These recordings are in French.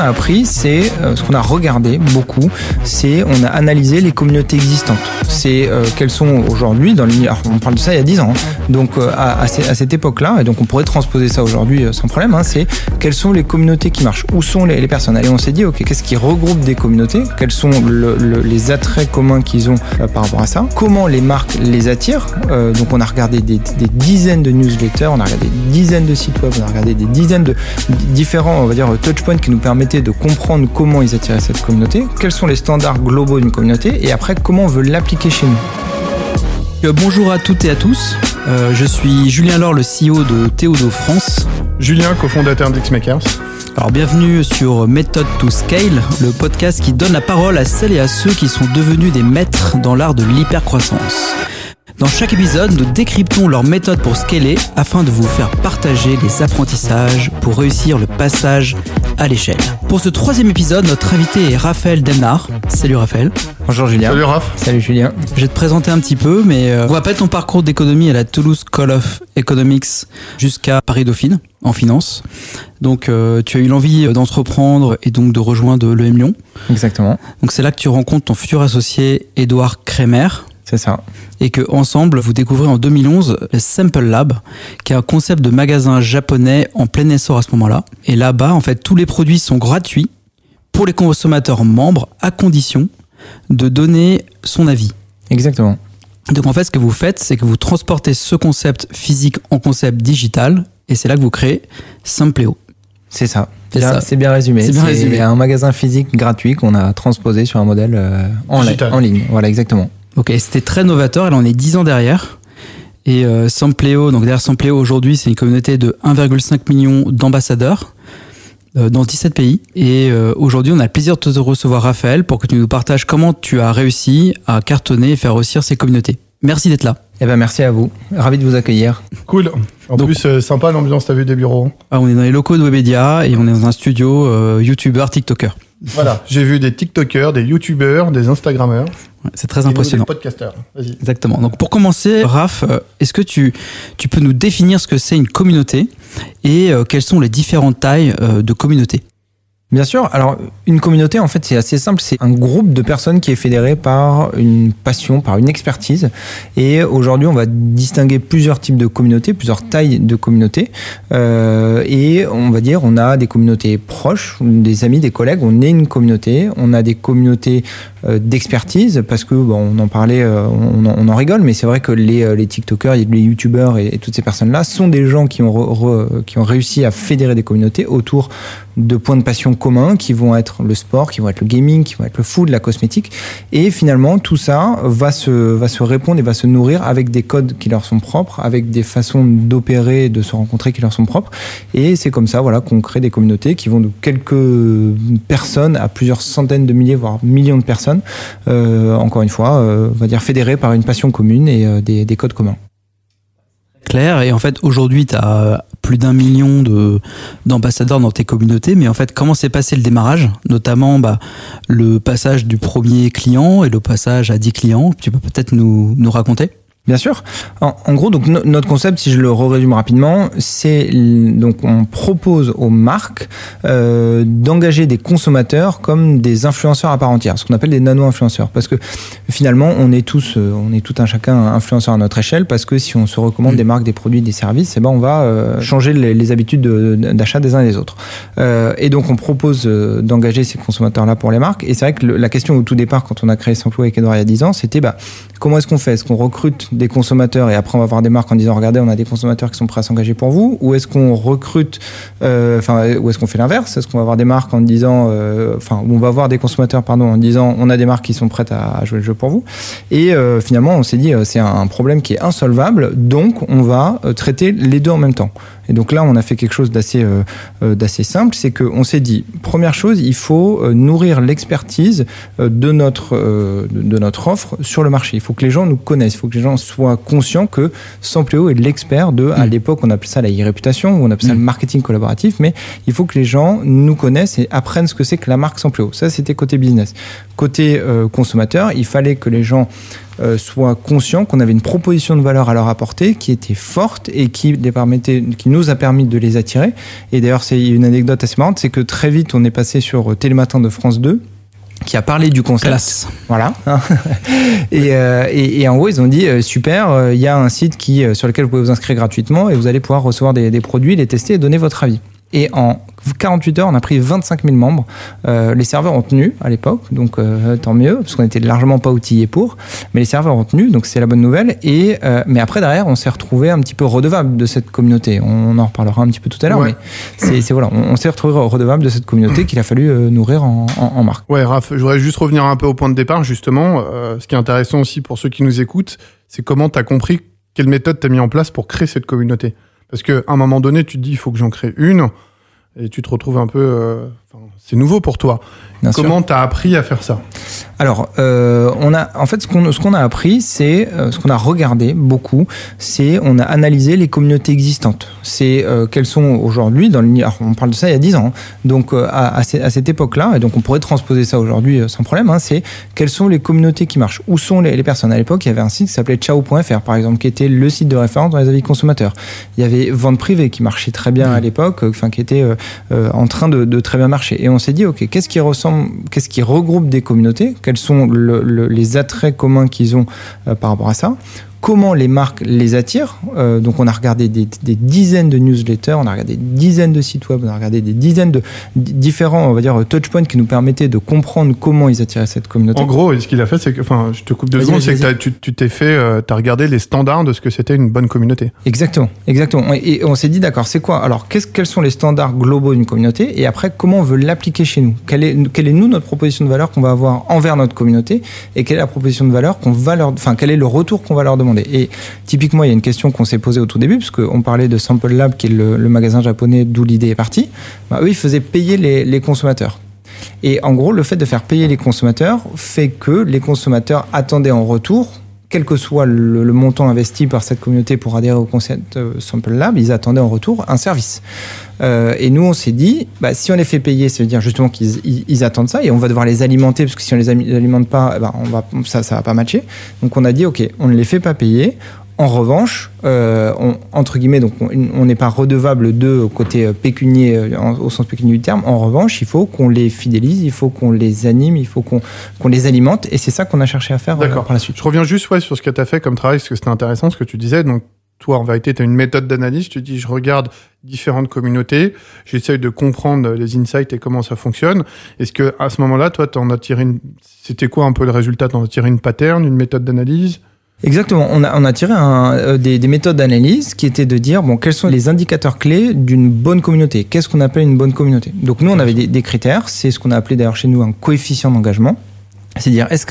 a appris, c'est ce qu'on a regardé beaucoup, c'est on a analysé les communautés existantes. C'est quelles sont aujourd'hui dans l'univers. On parle de ça il y a 10 ans. Donc à cette époque-là, et donc on pourrait transposer ça aujourd'hui sans problème, c'est quelles sont les communautés qui marchent, où sont les personnes. Et on s'est dit, ok, qu'est-ce qui regroupe des communautés, quels sont les attraits communs qu'ils ont par rapport à ça, comment les marques les attirent. Donc on a regardé des dizaines de newsletters, on a regardé des dizaines de sites web, on a regardé des dizaines de différents, on va dire, touchpoints qui nous permettaient de comprendre comment ils attiraient cette communauté, quels sont les standards globaux d'une communauté, et après comment on veut l'appliquer chez nous. Bonjour à toutes et à tous, je suis Julien Laure, le CEO de Théodo France. Julien, cofondateur d'Xmakers. Alors bienvenue sur Method to Scale, le podcast qui donne la parole à celles et à ceux qui sont devenus des maîtres dans l'art de l'hypercroissance. Dans chaque épisode, nous décryptons leur méthode pour scaler afin de vous faire partager les apprentissages pour réussir le passage à l'échelle. Pour ce 3e épisode, notre invité est Raphaël Demnard. Salut Raphaël. Bonjour Julien. Salut Raph. Salut Julien. Je vais te présenter un petit peu, mais on rappelle ton parcours d'économie à la Toulouse School of Economics jusqu'à Paris-Dauphine en finance. Donc tu as eu l'envie d'entreprendre et donc de rejoindre l'EM Lyon. Exactement. Donc c'est là que tu rencontres ton futur associé Édouard Kremer. C'est ça. Et que ensemble, vous découvrez en 2011 le Sample Lab, qui est un concept de magasin japonais en plein essor à ce moment-là. Et là-bas, en fait, tous les produits sont gratuits pour les consommateurs membres, à condition de donner son avis. Exactement. Donc en fait, ce que vous faites, c'est que vous transportez ce concept physique en concept digital, et c'est là que vous créez Simpleo. C'est ça. C'est bien résumé. C'est un magasin physique gratuit qu'on a transposé sur un modèle en ligne. Voilà, exactement. Ok, c'était très novateur, là on est 10 ans derrière. Et Simpleo, donc derrière Simpleo aujourd'hui, c'est une communauté de 1,5 million d'ambassadeurs dans 17 pays. Et aujourd'hui, on a le plaisir de te recevoir, Raphaël, pour que tu nous partages comment tu as réussi à cartonner et faire réussir ces communautés. Merci d'être là. Eh ben merci à vous. Ravi de vous accueillir. Cool. En plus, sympa l'ambiance, t'as vu des bureaux. On est dans les locaux de Webedia et on est dans un studio YouTuber, TikToker. Voilà, j'ai vu des TikTokers, des YouTubers, des Instagrammeurs. Ouais, c'est très impressionnant. Des podcasters. Vas-y. Exactement. Donc pour commencer, Raph, est-ce que tu peux nous définir ce que c'est une communauté et quelles sont les différentes tailles de communauté ? Bien sûr. Alors, une communauté, en fait, c'est assez simple. C'est un groupe de personnes qui est fédéré par une passion, par une expertise. Et aujourd'hui, on va distinguer plusieurs types de communautés, plusieurs tailles de communautés. Et on va dire, on a des communautés proches, des amis, des collègues. On est une communauté. On a des communautés d'expertise parce que, bon, on en parlait, on en rigole, mais c'est vrai que les TikTokers, les YouTubers et toutes ces personnes-là sont des gens qui ont réussi à fédérer des communautés autour de points de passion communs qui vont être le sport, qui vont être le gaming, qui vont être le food, la cosmétique. Et finalement, tout ça va se répondre et va se nourrir avec des codes qui leur sont propres, avec des façons d'opérer, de se rencontrer qui leur sont propres. Et c'est comme ça, voilà, qu'on crée des communautés qui vont de quelques personnes à plusieurs centaines de milliers, voire millions de personnes. Encore une fois, on va dire fédérées par une passion commune et des codes communs. Claire, et en fait aujourd'hui tu as plus d'1 million d'ambassadeurs dans tes communautés, mais en fait comment s'est passé le démarrage, notamment le passage du premier client et le passage à 10 clients, tu peux peut-être nous raconter ? Bien sûr. En gros, donc notre concept, si je le résume rapidement, c'est donc on propose aux marques d'engager des consommateurs comme des influenceurs à part entière, ce qu'on appelle des nano-influenceurs, parce que finalement on est tout un chacun influenceur à notre échelle, parce que si on se recommande des marques, des produits, des services, on va changer les habitudes d'achat des uns et des autres. Et donc on propose d'engager ces consommateurs-là pour les marques. Et c'est vrai que la question au tout départ, quand on a créé Simpleo avec Édouard il y a 10 ans, c'était comment est-ce qu'on fait ? Est-ce qu'on recrute des consommateurs et après on va voir des marques en disant regardez, on a des consommateurs qui sont prêts à s'engager pour vous, ou est-ce qu'on recrute ou est-ce qu'on fait l'inverse ? Est-ce qu'on va voir des marques en disant on va voir des consommateurs en disant on a des marques qui sont prêtes à jouer le jeu pour vous, et finalement on s'est dit c'est un problème qui est insolvable, donc on va traiter les deux en même temps. Et donc là, on a fait quelque chose d'assez simple, c'est qu'on s'est dit, première chose, il faut nourrir l'expertise de notre offre sur le marché. Il faut que les gens nous connaissent, il faut que les gens soient conscients que Sampléo est l'expert de, à l'époque, on appelait ça la e-réputation, ou on appelait ça le marketing collaboratif, mais il faut que les gens nous connaissent et apprennent ce que c'est que la marque Sampléo. Ça, c'était côté business. Côté consommateur, il fallait que les gens soient conscients qu'on avait une proposition de valeur à leur apporter qui était forte et qui nous a permis de les attirer. Et d'ailleurs, c'est une anecdote assez marrante, c'est que très vite, on est passé sur Télématin de France 2, qui a parlé du concept. Classe. Voilà. et en gros, ils ont dit super, il y a un site sur lequel vous pouvez vous inscrire gratuitement et vous allez pouvoir recevoir des produits, les tester et donner votre avis. Et en 48 heures, on a pris 25 000 membres. Les serveurs ont tenu à l'époque, donc tant mieux, parce qu'on n'était largement pas outillés pour. Mais les serveurs ont tenu, donc c'est la bonne nouvelle. Mais après, derrière, on s'est retrouvé un petit peu redevable de cette communauté. On en reparlera un petit peu tout à l'heure, mais voilà, on s'est retrouvé redevable de cette communauté qu'il a fallu nourrir en marque. Ouais, Raph, je voudrais juste revenir un peu au point de départ, justement. Ce qui est intéressant aussi pour ceux qui nous écoutent, c'est comment tu as compris quelle méthode tu as mis en place pour créer cette communauté. Parce qu'à un moment donné, tu te dis, il faut que j'en crée une, et tu te retrouves un peu... c'est nouveau pour toi. Bien Comment sûr. tu as appris à faire ça ? Alors, ce qu'on a appris, c'est ce qu'on a regardé beaucoup, c'est on a analysé les communautés existantes. C'est quelles sont aujourd'hui alors on parle de ça il y a 10 ans. Donc à cette époque-là, et donc on pourrait transposer ça aujourd'hui sans problème. C'est quelles sont les communautés qui marchent. Où sont les personnes. À l'époque, il y avait un site qui s'appelait Ciao.fr par exemple, qui était le site de référence dans les avis consommateurs. Il y avait Vente Privée qui marchait très bien à l'époque, qui était en train de très bien marcher. Et on s'est dit, ok, qu'est-ce qui regroupe des communautés? Quels sont les attraits communs qu'ils ont par rapport à ça? Comment les marques les attirent? Donc on a regardé des dizaines de newsletters, on a regardé des dizaines de sites web, on a regardé des dizaines de différents, on va dire, touchpoints qui nous permettaient de comprendre comment ils attiraient cette communauté. En gros, ce qu'il a fait, c'est que, je te coupe 2 secondes, c'est que tu t'es fait, t'as regardé les standards de ce que c'était une bonne communauté. Exactement. Et on s'est dit, d'accord, c'est quoi? Alors, quels sont les standards globaux d'une communauté? Et après, comment on veut l'appliquer chez nous? Quelle est notre proposition de valeur qu'on va avoir envers notre communauté? Et quelle est la proposition de valeur quel est le retour qu'on va leur demander? Et typiquement, il y a une question qu'on s'est posée au tout début, parce qu'on parlait de Sample Lab, qui est le magasin japonais d'où l'idée est partie. Eux, ils faisaient payer les consommateurs. Et en gros, le fait de faire payer les consommateurs fait que les consommateurs attendaient en retour, quel que soit le montant investi par cette communauté pour adhérer au concept Sample Lab, ils attendaient en retour un service. Et nous, on s'est dit, si on les fait payer, ça veut dire justement qu'ils attendent ça, et on va devoir les alimenter, parce que si on les alimente pas, ça va pas matcher. Donc on a dit, ok, on ne les fait pas payer. En revanche, entre guillemets, donc on n'est pas redevable de côté pécunier au sens pécunier du terme. En revanche, il faut qu'on les fidélise, il faut qu'on les anime, il faut qu'on les alimente, et c'est ça qu'on a cherché à faire par la suite. Je reviens juste sur ce que tu as fait comme travail, parce que c'était intéressant ce que tu disais. Donc toi, en vérité, tu as une méthode d'analyse. Tu dis, je regarde différentes communautés, j'essaye de comprendre les insights et comment ça fonctionne. Est-ce que à ce moment-là, toi, t'en as tiré c'était quoi un peu le résultat? T'en as tiré une pattern, une méthode d'analyse? Exactement. On a tiré des méthodes d'analyse qui étaient de dire, quels sont les indicateurs clés d'une bonne communauté? Qu'est-ce qu'on appelle une bonne communauté? Donc nous, on avait des critères. C'est ce qu'on a appelé d'ailleurs chez nous un coefficient d'engagement. C'est-à-dire, est-ce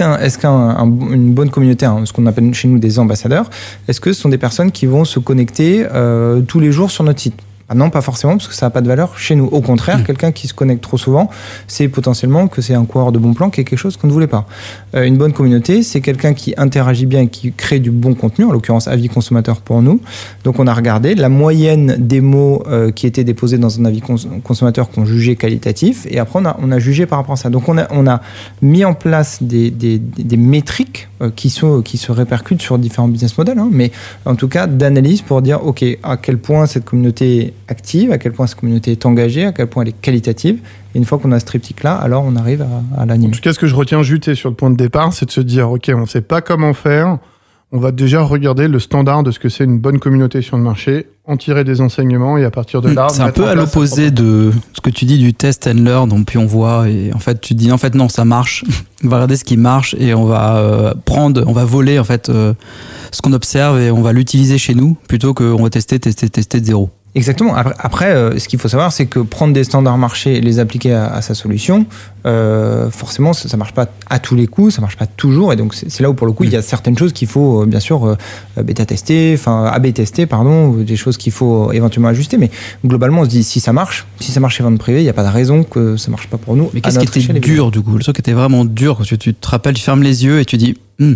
qu'une bonne communauté, ce qu'on appelle chez nous des ambassadeurs, est-ce que ce sont des personnes qui vont se connecter tous les jours sur notre site? Non, pas forcément, parce que ça n'a pas de valeur chez nous. Au contraire, quelqu'un qui se connecte trop souvent, c'est potentiellement que c'est un coureur de bon plan qui est quelque chose qu'on ne voulait pas. Une bonne communauté, c'est quelqu'un qui interagit bien et qui crée du bon contenu, en l'occurrence avis consommateur pour nous. Donc on a regardé la moyenne des mots qui étaient déposés dans un avis consommateur qu'on jugeait qualitatif, et après on a jugé par rapport à ça. Donc on a mis en place des métriques qui se répercutent sur différents business models, mais en tout cas d'analyse pour dire, ok, à quel point cette communauté est active, à quel point cette communauté est engagée, à quel point elle est qualitative. Et une fois qu'on a ce triptyque-là, alors on arrive à l'animer. En tout cas, ce que je retiens juste sur le point de départ, c'est de se dire, ok, on ne sait pas comment faire, on va déjà regarder le standard de ce que c'est une bonne communauté sur le marché, en tirer des enseignements et à partir de là... C'est un peu à l'opposé de ce que tu dis du test and learn, donc puis on voit et en fait tu dis en fait non, ça marche, on va regarder ce qui marche et on va on va voler en fait ce qu'on observe et on va l'utiliser chez nous plutôt qu'on va tester de zéro. Exactement. Après, ce qu'il faut savoir, c'est que prendre des standards marchés et les appliquer à sa solution, forcément, ça marche pas à tous les coups, ça marche pas toujours. Et donc, c'est là où, pour le coup, il y a certaines choses qu'il faut, bien sûr, bêta-tester, AB tester, des choses qu'il faut éventuellement ajuster. Mais globalement, on se dit, si ça marche chez Vente Privée, il n'y a pas de raison que ça marche pas pour nous. Mais qu'est-ce qui était dur, du coup? Le truc qui était vraiment dur, parce que tu te rappelles, tu fermes les yeux et tu dis,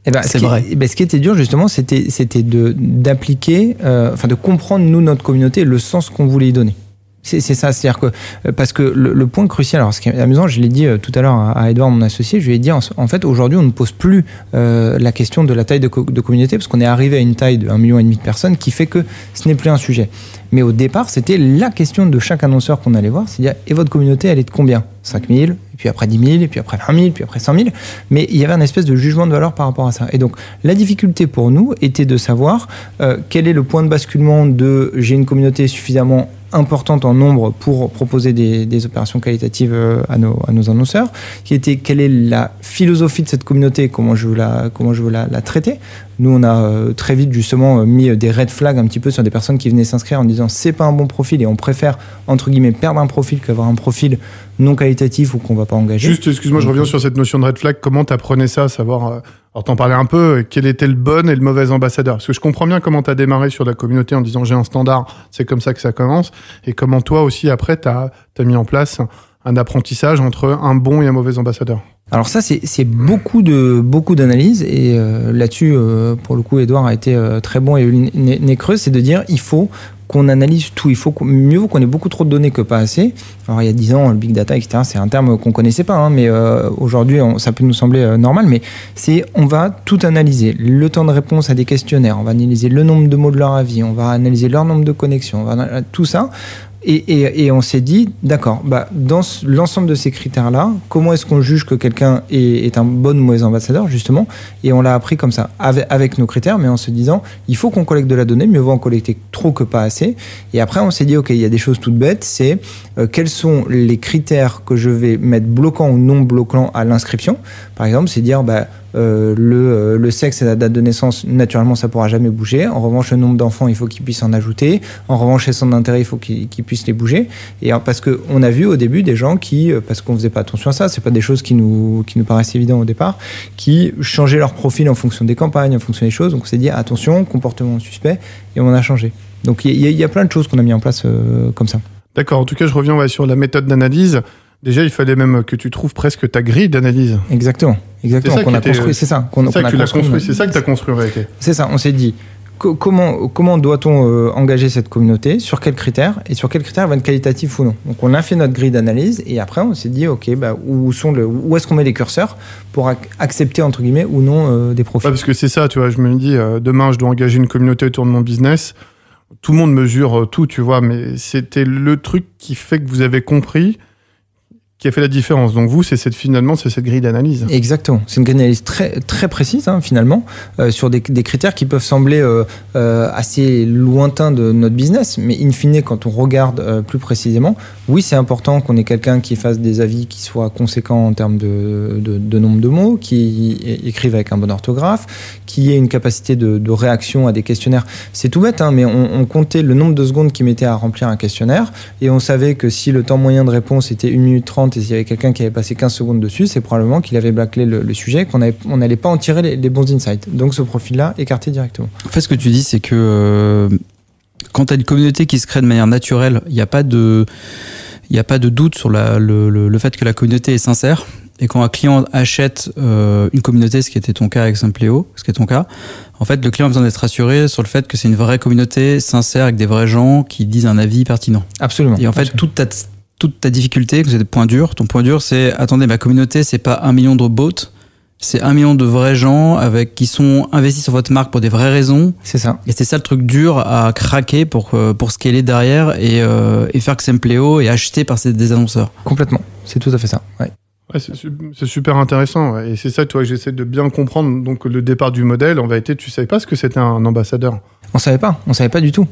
C'est vrai. Ce qui était dur justement, c'était d'appliquer, de comprendre nous notre communauté, le sens qu'on voulait y donner. C'est ça, c'est-à-dire que parce que le point crucial, alors ce qui est amusant, je l'ai dit tout à l'heure à Edouard, mon associé, je lui ai dit en fait aujourd'hui on ne pose plus la question de la taille de communauté parce qu'on est arrivé à une taille de 1,5 million de personnes qui fait que ce n'est plus un sujet. Mais au départ, c'était la question de chaque annonceur qu'on allait voir, c'est-à-dire et votre communauté elle est de combien ? 5 000, et puis après 10 000, et puis après 20 000, puis après 100 000. Mais il y avait un espèce de jugement de valeur par rapport à ça. Et donc la difficulté pour nous était de savoir quel est le point de basculement de j'ai une communauté suffisamment importante en nombre pour proposer des opérations qualitatives à nos annonceurs, qui était quelle est la philosophie de cette communauté, comment je veux la traiter. Nous, on a très vite justement mis des red flags un petit peu sur des personnes qui venaient s'inscrire en disant c'est pas un bon profil et on préfère entre guillemets perdre un profil qu'avoir un profil non qualitatif ou qu'on va pas engager. Juste, excuse-moi, je reviens sur cette notion de red flag. Comment t'apprenais ça, savoir alors t'en parlais un peu, quel était le bon et le mauvais ambassadeur? Parce que je comprends bien comment t'as démarré sur la communauté en disant j'ai un standard, c'est comme ça que ça commence, et comment toi aussi après t'as mis en place un apprentissage entre un bon et un mauvais ambassadeur. Alors ça, c'est beaucoup d'analyses, et là-dessus, pour le coup, Edouard a été très bon et nez creux, c'est de dire il faut qu'on analyse tout. Il faut mieux vaut qu'on ait beaucoup trop de données que pas assez. Alors il y a 10 ans, le big data, etc., c'est un terme qu'on connaissait pas, mais aujourd'hui, ça peut nous sembler normal, mais on va tout analyser. Le temps de réponse à des questionnaires, on va analyser le nombre de mots de leur avis, on va analyser leur nombre de connexions, tout ça. Et on s'est dit, d'accord, dans l'ensemble de ces critères-là, comment est-ce qu'on juge que quelqu'un est un bon ou mauvais ambassadeur, justement? Et on l'a appris comme ça, avec nos critères, mais en se disant, il faut qu'on collecte de la donnée, mieux vaut en collecter trop que pas assez. Et après, on s'est dit, ok, il y a des choses toutes bêtes, c'est quels sont les critères que je vais mettre bloquants ou non bloquants à l'inscription. Par exemple, c'est dire, le sexe et la date de naissance, naturellement, ça pourra jamais bouger. En revanche, le nombre d'enfants, il faut qu'ils puissent en ajouter. En revanche, les centres d'intérêt, il faut qu'ils puissent les bouger. Et parce que on a vu au début des gens qui, parce qu'on faisait pas attention à ça, c'est pas des choses qui nous paraissaient évidentes au départ, qui changeaient leur profil en fonction des campagnes, en fonction des choses. Donc on s'est dit attention, comportement suspect, et on a changé. Donc il y a plein de choses qu'on a mis en place comme ça. D'accord. En tout cas, je reviens sur la méthode d'analyse. Déjà, il fallait même que tu trouves presque ta grille d'analyse. Exactement. C'est ça qu'on a construit, c'est ça. C'est ça que tu l'as construit, c'est ça que tu as construit. Okay. C'est ça, on s'est dit, comment doit-on engager cette communauté, sur quels critères, et sur quels critères elle va être qualitatif ou non. Donc on a fait notre grille d'analyse, et après on s'est dit, ok, où est-ce qu'on met les curseurs pour accepter, entre guillemets, ou non des profils. Ouais, parce que c'est ça, tu vois, je me dis, demain je dois engager une communauté autour de mon business. Tout le monde mesure tout, tu vois, mais c'était le truc qui fait que vous avez compris qui a fait la différence. Donc vous, c'est cette grille d'analyse. Exactement. C'est une grille d'analyse très, très précise, finalement, sur des critères qui peuvent sembler assez lointains de notre business, mais in fine, quand on regarde plus précisément, oui, c'est important qu'on ait quelqu'un qui fasse des avis qui soient conséquents en termes de nombre de mots, qui écrive avec un bon orthographe, qui ait une capacité de réaction à des questionnaires. C'est tout bête, mais on comptait le nombre de secondes qu'il mettait à remplir un questionnaire, et on savait que si le temps moyen de réponse était 1 minute 30, et s'il y avait quelqu'un qui avait passé 15 secondes dessus, c'est probablement qu'il avait bâclé le sujet, qu'on n'allait pas en tirer les bons insights. Donc ce profil-là, écarté directement. En fait, ce que tu dis, c'est que quand tu as une communauté qui se crée de manière naturelle, il n'y a pas de doute sur le fait que la communauté est sincère. Et quand un client achète une communauté, ce qui était ton cas avec Simpléo, ce qui est ton cas, en fait, le client a besoin d'être rassuré sur le fait que c'est une vraie communauté sincère avec des vrais gens qui disent un avis pertinent. Absolument. Et en fait, toute ta difficulté, que c'est des points durs, ton point dur, c'est attendez, ma communauté, c'est pas 1 million de bots, c'est 1 million de vrais gens qui sont investis sur votre marque pour des vraies raisons. C'est ça. Et c'est ça le truc dur à craquer pour scaler derrière et faire que Simpléo est acheté par des annonceurs. Complètement. C'est tout à fait ça. Ouais. Ouais, c'est super intéressant. Ouais. Et c'est ça, toi, que j'essaie de bien comprendre. Donc, le départ du modèle, en vérité, tu savais pas ce que c'était un ambassadeur. On savait pas du tout.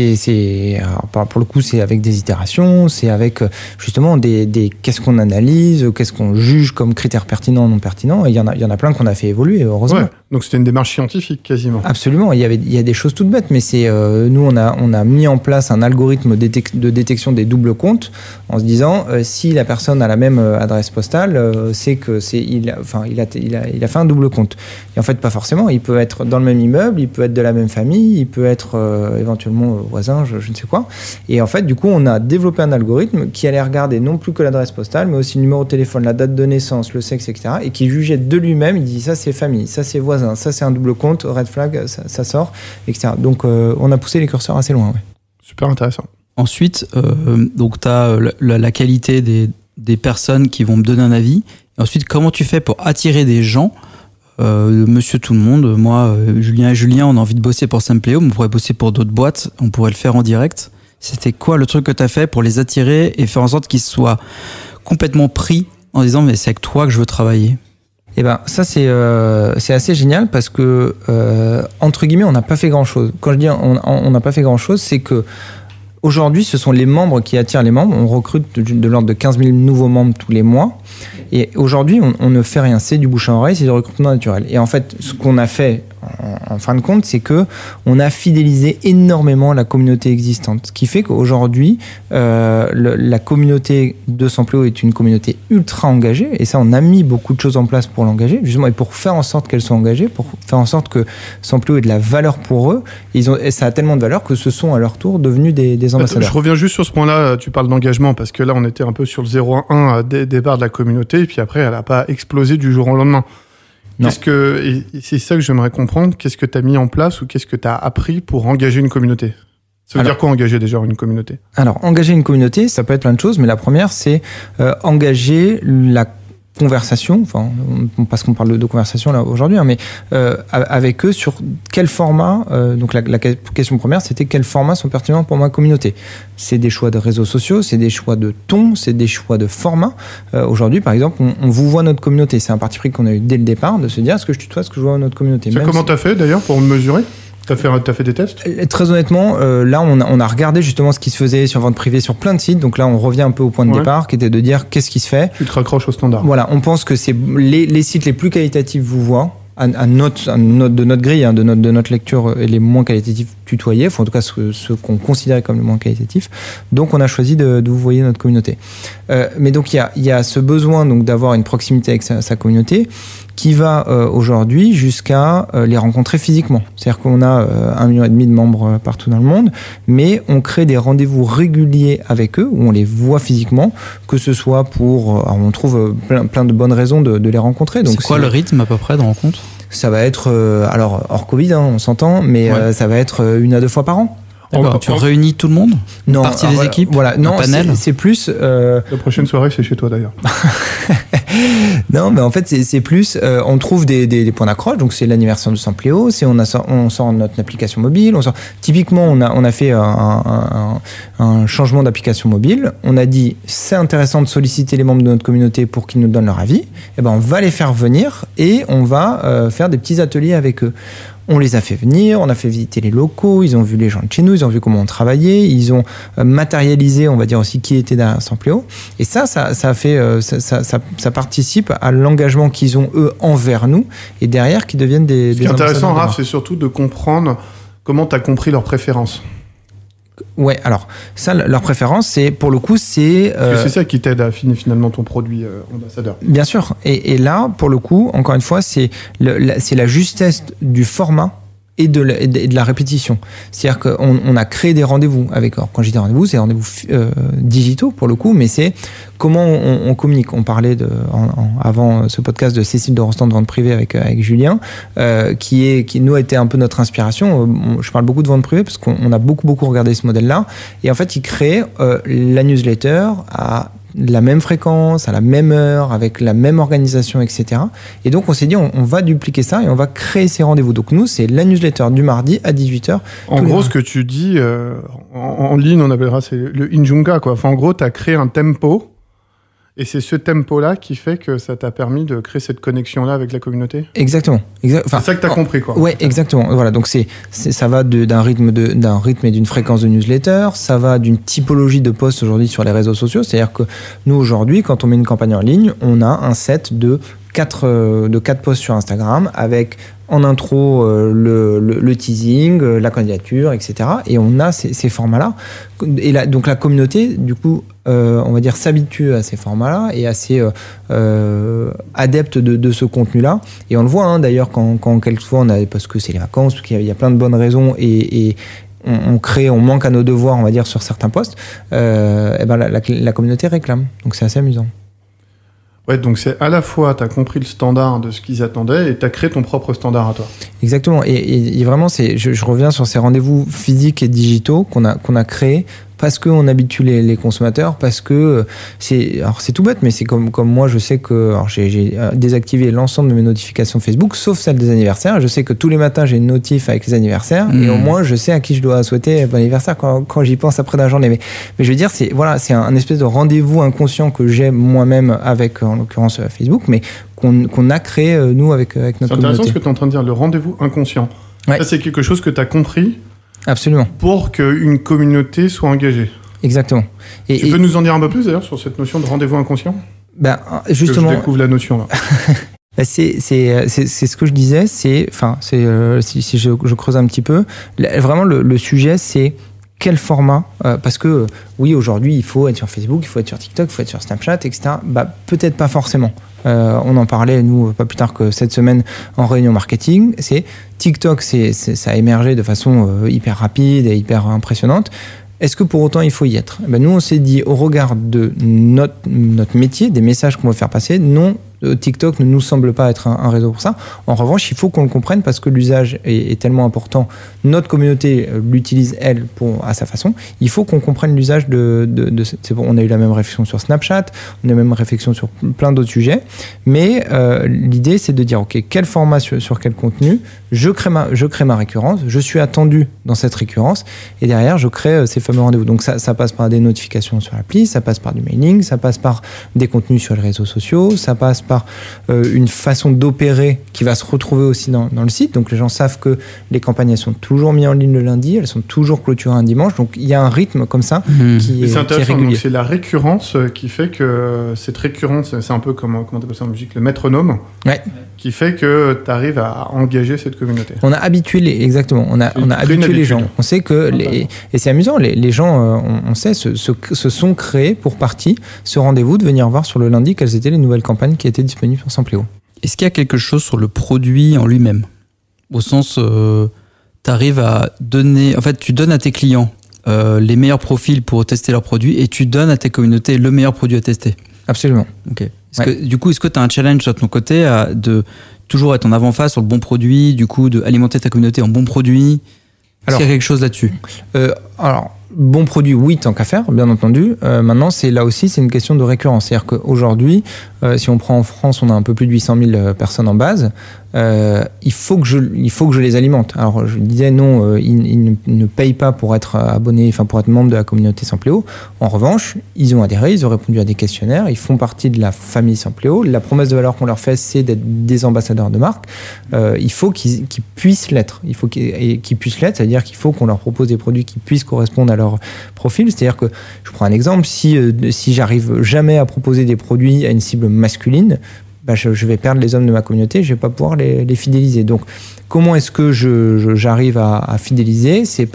Et alors, pour le coup, c'est avec des itérations, c'est avec justement qu'est-ce qu'on analyse, qu'est-ce qu'on juge comme critères pertinents, non pertinents. Et il y en a plein qu'on a fait évoluer, heureusement. Ouais, donc c'était une démarche scientifique, quasiment. Absolument. Il y a des choses toutes bêtes, mais nous, on a mis en place un algorithme de détection des doubles comptes en se disant, si la personne a la même adresse postale, c'est que il a fait un double compte. Et en fait, pas forcément. Il peut être dans le même immeuble, il peut être de la même famille, peut être éventuellement voisin, je ne sais quoi. Et en fait, du coup, on a développé un algorithme qui allait regarder non plus que l'adresse postale, mais aussi le numéro de téléphone, la date de naissance, le sexe, etc. Et qui jugeait de lui-même. Il dit ça, c'est famille, ça, c'est voisin, ça, c'est un double compte, red flag, ça sort, etc. Donc, on a poussé les curseurs assez loin. Ouais. Super intéressant. Ensuite, donc tu as la qualité des personnes qui vont me donner un avis. Et ensuite, comment tu fais pour attirer des gens, monsieur tout le monde, moi, Julien, on a envie de bosser pour Simpléo, mais on pourrait bosser pour d'autres boîtes, on pourrait le faire en direct. C'était quoi le truc que tu as fait pour les attirer et faire en sorte qu'ils soient complètement pris en disant mais c'est avec toi que je veux travailler? Eh ben, ça, c'est assez génial parce que, entre guillemets, on n'a pas fait grand-chose. Quand je dis on n'a pas fait grand-chose, c'est que aujourd'hui, ce sont les membres qui attirent les membres. On recrute de l'ordre de 15 000 nouveaux membres tous les mois. Et aujourd'hui, on ne fait rien. C'est du bouche à oreille, c'est du recrutement naturel. Et en fait, ce qu'on a fait, en fin de compte, c'est que on a fidélisé énormément la communauté existante. Ce qui fait qu'aujourd'hui, la communauté de Simpléo est une communauté ultra engagée. Et ça, on a mis beaucoup de choses en place pour l'engager, justement, et pour faire en sorte qu'elle soit engagée, pour faire en sorte que Simpléo ait de la valeur pour eux. Et ça a tellement de valeur que ce sont à leur tour devenus des ambassadeurs. Je reviens juste sur ce point-là. Tu parles d'engagement parce que là, on était un peu sur le 0-1 dès le départ de la communauté. Et puis après, elle n'a pas explosé du jour au lendemain. Et c'est ça que j'aimerais comprendre. Qu'est-ce que tu as mis en place ou qu'est-ce que tu as appris pour engager une communauté? Ça veut dire quoi engager déjà une communauté? Alors, engager une communauté, ça peut être plein de choses, mais la première, c'est engager la conversation, enfin, parce qu'on parle de conversation là aujourd'hui, hein, mais avec eux sur quel format, donc la question première, c'était quels formats sont pertinents pour ma communauté. C'est des choix de réseaux sociaux, c'est des choix de ton, c'est des choix de format. Aujourd'hui, par exemple, on vous voit notre communauté. C'est un parti pris qu'on a eu dès le départ, de se dire, est-ce que je tutoie, est-ce que je vois notre communauté? Comment t'as fait d'ailleurs pour me mesurer? T'as fait des tests? Très honnêtement, là, on a regardé justement ce qui se faisait sur vente privée sur plein de sites. Donc là, on revient un peu au point de départ, qui était de dire qu'est-ce qui se fait. Tu te raccroches au standard. Voilà, on pense que c'est les sites les plus qualitatifs vous voient. De notre grille, hein, de notre lecture, et les moins qualitatifs tutoyés, enfin, en tout cas ceux qu'on considérait comme les moins qualitatifs. Donc on a choisi de vous voyer notre communauté. Mais donc il y a ce besoin donc d'avoir une proximité avec sa communauté qui va aujourd'hui jusqu'à les rencontrer physiquement. C'est-à-dire qu'on a 1,5 million de membres partout dans le monde, mais on crée des rendez-vous réguliers avec eux, où on les voit physiquement, que ce soit pour... alors on trouve plein de bonnes raisons de les rencontrer. Donc c'est quoi le rythme à peu près de rencontre? Ça va être, alors hors Covid, hein, on s'entend, mais ça va être 1 à 2 fois par an. D'accord. Tu réunis tout le monde? Non. Partie des équipes? Voilà. Non, panel? C'est plus... La prochaine soirée, c'est chez toi d'ailleurs. Non, mais en fait, c'est plus... on trouve des points d'accroche. Donc, c'est l'anniversaire de Simpléo. On sort notre application mobile. Typiquement, on a fait un changement d'application mobile. On a dit, c'est intéressant de solliciter les membres de notre communauté pour qu'ils nous donnent leur avis. Et ben, on va les faire venir et on va faire des petits ateliers avec eux. On les a fait venir, on a fait visiter les locaux, ils ont vu les gens de chez nous, ils ont vu comment on travaillait, ils ont matérialisé, on va dire aussi, qui était derrière Simpléo. Et ça participe à l'engagement qu'ils ont, eux, envers nous, et derrière, qui deviennent des Ce qui est intéressant, Raph, c'est surtout de comprendre comment tu as compris leurs préférences. Ouais, alors, ça, leur préférence, c'est, pour le coup, c'est... c'est ça qui t'aide à affiner finalement ton produit ambassadeur. Bien sûr. Et là, pour le coup, encore une fois, c'est la justesse du format et de la répétition. C'est-à-dire qu'on a créé des rendez-vous avec... Alors, quand je dis des rendez-vous, c'est des rendez-vous digitaux, pour le coup, mais c'est comment on communique. On parlait avant ce podcast de Cécile de Rostand de vente privée avec Julien, qui nous a été un peu notre inspiration. Je parle beaucoup de vente privée parce qu'on a beaucoup regardé ce modèle-là. Et en fait, il crée la newsletter à la même fréquence, à la même heure, avec la même organisation, etc. Et donc, on s'est dit, on va dupliquer ça et on va créer ces rendez-vous. Donc, nous, c'est la newsletter du mardi à 18h. En gros, ce que tu dis, en ligne, on appellera c'est le Injunga, quoi. Enfin, en gros, tu as créé un tempo. Et c'est ce tempo-là qui fait que ça t'a permis de créer cette connexion-là avec la communauté? Exactement. C'est ça que t'as compris, quoi. Ouais, exactement. Voilà. Donc ça va d'un rythme et d'une fréquence de newsletter. Ça va d'une typologie de posts aujourd'hui sur les réseaux sociaux. C'est-à-dire que nous, aujourd'hui, quand on met une campagne en ligne, on a un set de 4 posts sur Instagram avec en intro le teasing, la candidature, etc. Et on a ces formats-là. Et donc la communauté, du coup, on va dire, s'habitue à ces formats-là et assez adepte de ce contenu-là. Et on le voit, d'ailleurs, quand quelquefois parce que c'est les vacances, parce qu'il y a plein de bonnes raisons et on manque à nos devoirs, on va dire, sur certains postes, la communauté réclame. Donc c'est assez amusant. Ouais, donc c'est à la fois, tu as compris le standard de ce qu'ils attendaient et tu as créé ton propre standard à toi. Exactement. Et vraiment, je reviens sur ces rendez-vous physiques et digitaux qu'on a créés parce qu'on habitue les consommateurs, parce que c'est tout bête, mais c'est comme moi, je sais que j'ai désactivé l'ensemble de mes notifications Facebook, sauf celles des anniversaires. Je sais que tous les matins, j'ai une notif avec les anniversaires, et au moins, je sais à qui je dois souhaiter bon anniversaire quand j'y pense après la journée. Mais je veux dire, c'est un espèce de rendez-vous inconscient que j'ai moi-même avec, en l'occurrence, Facebook, mais qu'on a créé, nous, avec notre communauté. C'est intéressant ce que tu es en train de dire, le rendez-vous inconscient. Ouais. Ça, c'est quelque chose que tu as compris. Absolument. Pour qu'une communauté soit engagée. Exactement. Tu peux nous en dire un peu plus d'ailleurs sur cette notion de rendez-vous inconscient ? Justement. Que je découvre la notion là. C'est ce que je disais. Si je creuse un petit peu, vraiment le sujet c'est quel format, parce que oui, aujourd'hui il faut être sur Facebook, il faut être sur TikTok, il faut être sur Snapchat, etc. Peut-être pas forcément. On en parlait, nous, pas plus tard que cette semaine en réunion marketing. C'est TikTok, ça a émergé de façon hyper rapide et hyper impressionnante. Est-ce que pour autant il faut y être ? Nous, on s'est dit, au regard de notre métier, des messages qu'on veut faire passer, non, TikTok ne nous semble pas être un réseau pour ça. En revanche, il faut qu'on le comprenne parce que l'usage est tellement important. Notre communauté l'utilise, elle, à sa façon. Il faut qu'on comprenne l'usage c'est bon, on a eu la même réflexion sur Snapchat, on a eu la même réflexion sur plein d'autres sujets. Mais l'idée, c'est de dire, OK, quel format sur quel contenu, je crée ma récurrence, je suis attendu dans cette récurrence, et derrière, je crée ces fameux rendez-vous. Donc ça passe par des notifications sur l'appli, ça passe par du mailing, ça passe par des contenus sur les réseaux sociaux, ça passe par une façon d'opérer qui va se retrouver aussi dans le site. Donc les gens savent que les campagnes, elles sont toujours mises en ligne le lundi, elles sont toujours clôturées un dimanche. Donc il y a un rythme comme ça qui est intéressant. régulier. Donc c'est la récurrence qui fait que cette récurrence, c'est un peu comme, comment t'appelles ça en musique, le métronome, qui fait que tu arrives à engager cette communauté. On a habitué exactement. On a habitué les gens. On sait que et c'est amusant. Les gens, on sait, se sont créés pour partie ce rendez-vous de venir voir sur le lundi quelles étaient les nouvelles campagnes qui étaient disponibles sur Simpléo. Est-ce qu'il y a quelque chose sur le produit en lui-même ? Au sens, tu arrives à donner... En fait, tu donnes à tes clients les meilleurs profils pour tester leurs produits et tu donnes à tes communautés le meilleur produit à tester. Absolument. Ok. Du coup, est-ce que tu as un challenge de ton côté de toujours être en avant-face sur le bon produit, du coup, d'alimenter ta communauté en bon produit ? Est-ce qu'il y a quelque chose là-dessus ? Alors, bon produit, oui, tant qu'à faire, bien entendu. Maintenant, c'est une question de récurrence. C'est-à-dire qu'aujourd'hui, si on prend en France, on a un peu plus de 800 000 personnes en base. Il faut que je les alimente. Alors, je disais non, ils ne payent pas pour être abonnés, pour être membre de la communauté Simpléo. En revanche, ils ont adhéré, ils ont répondu à des questionnaires, ils font partie de la famille Simpléo. La promesse de valeur qu'on leur fait, c'est d'être des ambassadeurs de marque. Il faut qu'ils puissent l'être. Il faut qu'ils puissent l'être, c'est-à-dire qu'il faut qu'on leur propose des produits qui puissent correspondre à leur profil. C'est-à-dire que, je prends un exemple, si j'arrive jamais à proposer des produits à une cible masculine, je vais perdre les hommes de ma communauté, je vais pas pouvoir les fidéliser. Donc, comment est-ce que j'arrive à fidéliser ? C'est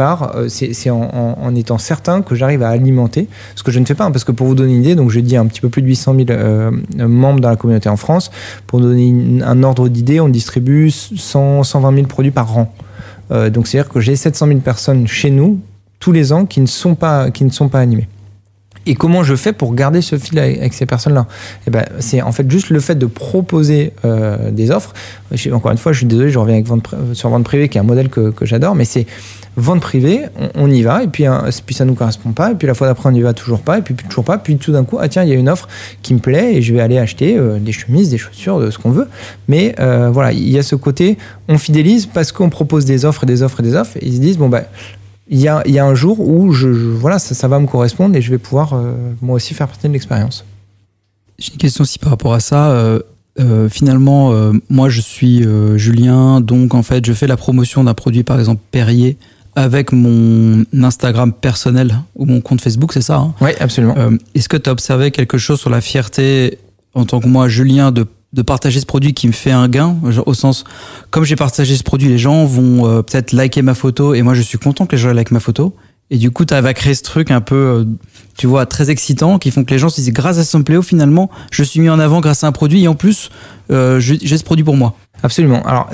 en étant certain que j'arrive à alimenter, ce que je ne fais pas, parce que pour vous donner une idée, donc je dis un petit peu plus de 800 000 membres dans la communauté en France. Pour donner un ordre d'idée, on distribue 120 000 produits par an. Donc, c'est-à-dire que j'ai 700 000 personnes chez nous tous les ans qui ne sont pas animées. Et comment je fais pour garder ce fil avec ces personnes-là ? C'est en fait juste le fait de proposer des offres. Encore une fois, je suis désolé, je reviens sur vente privée, qui est un modèle que j'adore, mais c'est vente privée, on y va, et puis ça nous correspond pas, et puis la fois d'après on n'y va toujours pas, et puis toujours pas, puis tout d'un coup, il y a une offre qui me plaît, et je vais aller acheter des chemises, des chaussures, de ce qu'on veut. Mais il y a ce côté, on fidélise parce qu'on propose des offres, et des offres, et des offres, et ils se disent, il y a un jour où ça va me correspondre et je vais pouvoir moi aussi faire partie de l'expérience. J'ai une question aussi par rapport à ça. Finalement, moi je suis Julien, donc en fait je fais la promotion d'un produit, par exemple Perrier, avec mon Instagram personnel ou mon compte Facebook, c'est ça ? Oui, absolument. Est-ce que tu as observé quelque chose sur la fierté en tant que moi, Julien, de de partager ce produit qui me fait un gain, genre, au sens, comme j'ai partagé ce produit, les gens vont peut-être liker ma photo et moi je suis content que les gens likent ma photo. Et du coup, tu arrives à créer ce truc un peu, tu vois, très excitant, qui font que les gens se disent, grâce à Simpléo, finalement, je suis mis en avant grâce à un produit et en plus, j'ai ce produit pour moi. Absolument. Alors,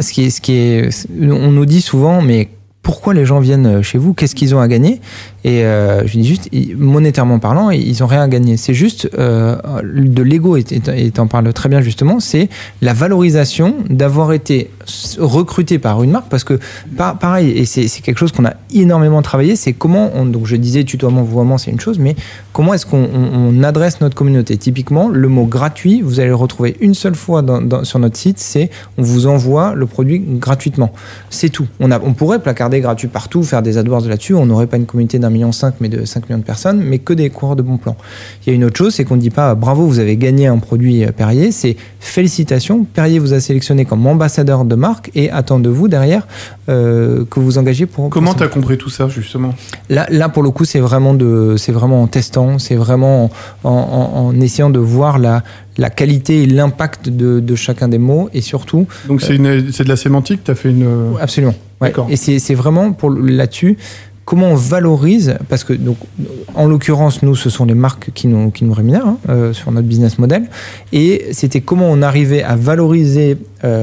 on nous dit souvent, mais pourquoi les gens viennent chez vous? Qu'est-ce qu'ils ont à gagner? Et je dis juste, monétairement parlant, ils n'ont rien à gagner. C'est juste de l'ego, et t'en parles très bien justement, c'est la valorisation d'avoir été recruté par une marque, parce que pareil, et c'est quelque chose qu'on a énormément travaillé, c'est comment, donc je disais tutoiement, vouvoiement, c'est une chose, mais comment est-ce qu'on adresse notre communauté? Typiquement, le mot gratuit, vous allez le retrouver une seule fois sur notre site, c'est on vous envoie le produit gratuitement. C'est tout. On pourrait placarder gratuit partout, faire des AdWords là-dessus, on n'aurait pas une communauté d'1,5 million, mais de 5 millions de personnes, mais que des coureurs de bons plans. Il y a une autre chose, c'est qu'on ne dit pas bravo, vous avez gagné un produit Perrier, c'est félicitations, Perrier vous a sélectionné comme ambassadeur de marque et attend de vous derrière que vous engagiez pour... Comment tu as compris tout ça, justement? Là, pour le coup, c'est vraiment en testant, c'est vraiment en essayant de voir la qualité et l'impact de chacun des mots, et surtout... Donc c'est de la sémantique, tu as fait une... Absolument. Ouais. Et c'est vraiment là-dessus... Comment on valorise, parce que donc, en l'occurrence, nous, ce sont les marques qui nous rémunèrent sur notre business model, et c'était comment on arrivait à valoriser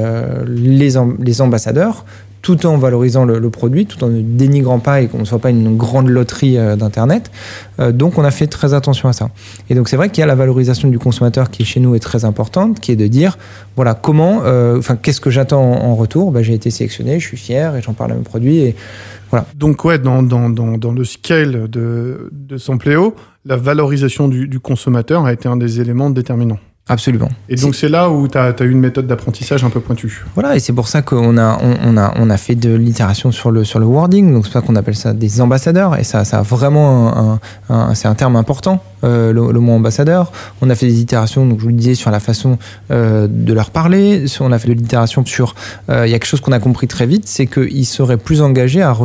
les ambassadeurs tout en valorisant le produit, tout en ne dénigrant pas et qu'on ne soit pas une grande loterie d'Internet. Donc, on a fait très attention à ça. Et donc, c'est vrai qu'il y a la valorisation du consommateur qui, chez nous, est très importante, qui est de dire, voilà, qu'est-ce que j'attends en retour? J'ai été sélectionné, je suis fier et j'en parle à mes produits. Et voilà. Donc, ouais, dans le scale de Simpléo, la valorisation du consommateur a été un des éléments déterminants. Absolument. Et donc c'est là où tu as eu une méthode d'apprentissage un peu pointue. Voilà, et c'est pour ça qu'on a fait de l'itération sur le wording, donc c'est pour ça qu'on appelle ça des ambassadeurs, et ça a vraiment c'est un terme important, le mot ambassadeur. On a fait des itérations, donc je vous le disais, sur la façon de leur parler. On a fait de l'itération sur... Il y a quelque chose qu'on a compris très vite, c'est qu'ils seraient plus engagés à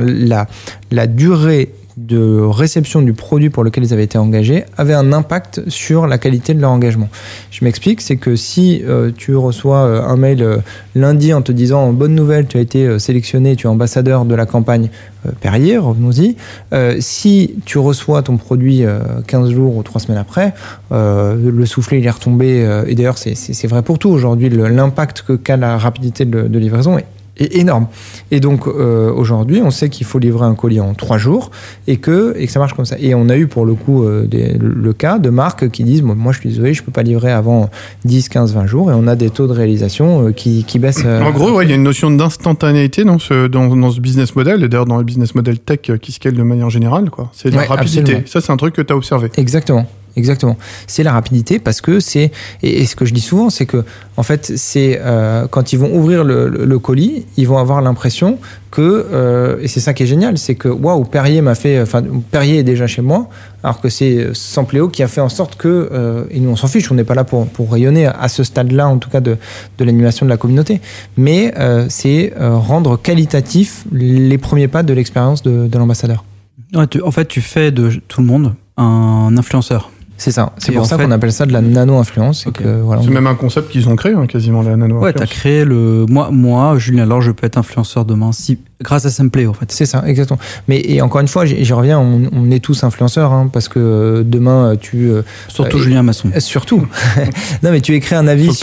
la durée de réception du produit pour lequel ils avaient été engagés avait un impact sur la qualité de leur engagement. Je m'explique, c'est que si tu reçois un mail lundi en te disant « Bonne nouvelle, tu as été sélectionné, tu es ambassadeur de la campagne Perrier, revenons-y », si tu reçois ton produit 15 jours ou 3 semaines après, le soufflet il est retombé, et d'ailleurs c'est vrai pour tout aujourd'hui, l'impact qu'a la rapidité de livraison est énorme. Et donc aujourd'hui, on sait qu'il faut livrer un colis en 3 jours et que ça marche comme ça. Et on a eu pour le coup le cas de marques qui disent moi je suis désolé, je peux pas livrer avant 10, 15, 20 jours, et on a des taux de réalisation qui baissent. En gros, il y a une notion d'instantanéité dans ce business model, et d'ailleurs dans le business model tech qui scale de manière générale, quoi. C'est la rapidité. Absolument. Ça, c'est un truc que tu as observé. Exactement. C'est la rapidité, parce que et ce que je dis souvent, c'est que en fait, c'est quand ils vont ouvrir le colis, ils vont avoir l'impression que et c'est ça qui est génial, c'est que waouh, Perrier est déjà chez moi, alors que c'est Simpléo qui a fait en sorte que et nous on s'en fiche, on n'est pas là pour rayonner à ce stade-là, en tout cas de l'animation de la communauté, mais c'est rendre qualitatif les premiers pas de l'expérience de l'ambassadeur. Ouais, en fait, tu fais de tout le monde un influenceur. C'est ça. C'est pour ça qu'on appelle ça de la nano-influence. Okay. C'est même un concept qu'ils ont créé, quasiment, la nano-influence. Ouais, t'as créé moi, Julien, alors je peux être influenceur demain, grâce à Simpléo, en fait. C'est ça, exactement. Et encore une fois, j'y reviens, on est tous influenceurs, parce que demain, surtout Julien Masson. Surtout. Non, mais tu écris un avis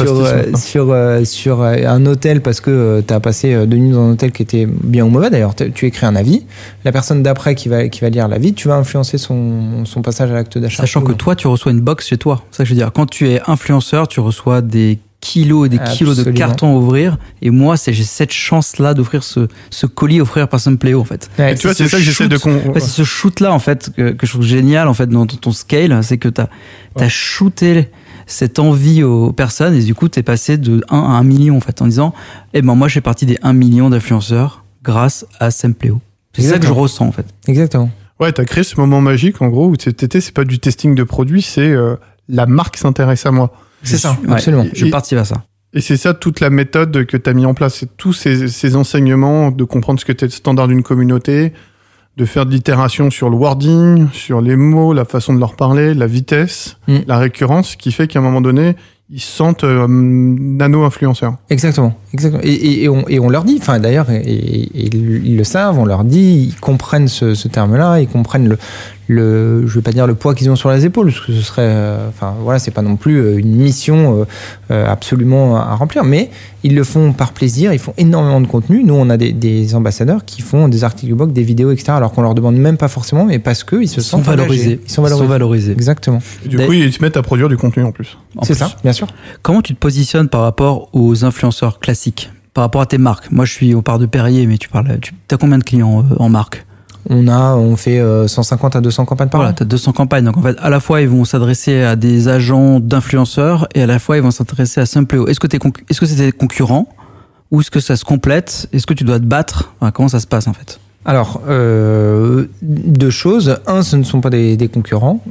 sur un hôtel parce que t'as passé 2 nuits dans un hôtel qui était bien ou mauvais. D'ailleurs, tu écris un avis. La personne d'après qui va lire l'avis, tu vas influencer son passage à l'acte d'achat. Sachant que toi, tu reçois une box chez toi. C'est ça que je veux dire. Quand tu es influenceur, tu reçois des kilos et des kilos de cartons à ouvrir. Et moi, j'ai cette chance-là d'offrir ce colis offert par Simpléo, en fait. Ouais, tu vois, c'est ça que j'essaie de... c'est ce shoot-là, en fait, que je trouve génial, en fait, dans ton scale. C'est que t'as shooté cette envie aux personnes, et du coup, t'es passé de 1 à 1 million, en fait, en disant, moi, je fais partie des 1 million d'influenceurs grâce à Simpléo. C'est ça que je ressens, en fait. Exactement. Ouais, t'as créé ce moment magique, en gros, où c'est pas du testing de produits, c'est la marque s'intéresse à moi. C'est ça, absolument. Je participe à ça. Et c'est ça toute la méthode que t'as mis en place. C'est tous ces enseignements, de comprendre ce que t'es le standard d'une communauté, de faire de l'itération sur le wording, sur les mots, la façon de leur parler, la vitesse, la récurrence, qui fait qu'à un moment donné, ils se sentent nano-influenceurs. Exactement. Et on leur dit, enfin d'ailleurs, ils le savent, on leur dit, ils comprennent ce terme-là, ils comprennent je vais pas dire le poids qu'ils ont sur les épaules, parce que ce serait, enfin voilà, c'est pas non plus une mission absolument à remplir, mais ils le font par plaisir, ils font énormément de contenu. Nous, on a des ambassadeurs qui font des articles du blog, des vidéos, etc., alors qu'on leur demande même pas forcément, mais parce qu'ils se sentent valorisés. Ils sont valorisés. Exactement. Et du coup, ils se mettent à produire du contenu en plus. C'est ça, bien sûr. Comment tu te positionnes par rapport aux influenceurs classiques, par rapport à tes marques? Moi, je suis au Parc de Perrier, mais tu as combien de clients en marque? On fait 150 à 200 campagnes par an. Voilà, tu as 200 campagnes. Donc en fait, à la fois, ils vont s'adresser à des agents d'influenceurs et à la fois, ils vont s'adresser à Simpléo. Est-ce que c'est des concurrents ou est-ce que ça se complète? Est-ce que tu dois te battre? Enfin, comment ça se passe en fait? Alors, deux choses. Un, ce ne sont pas des concurrents.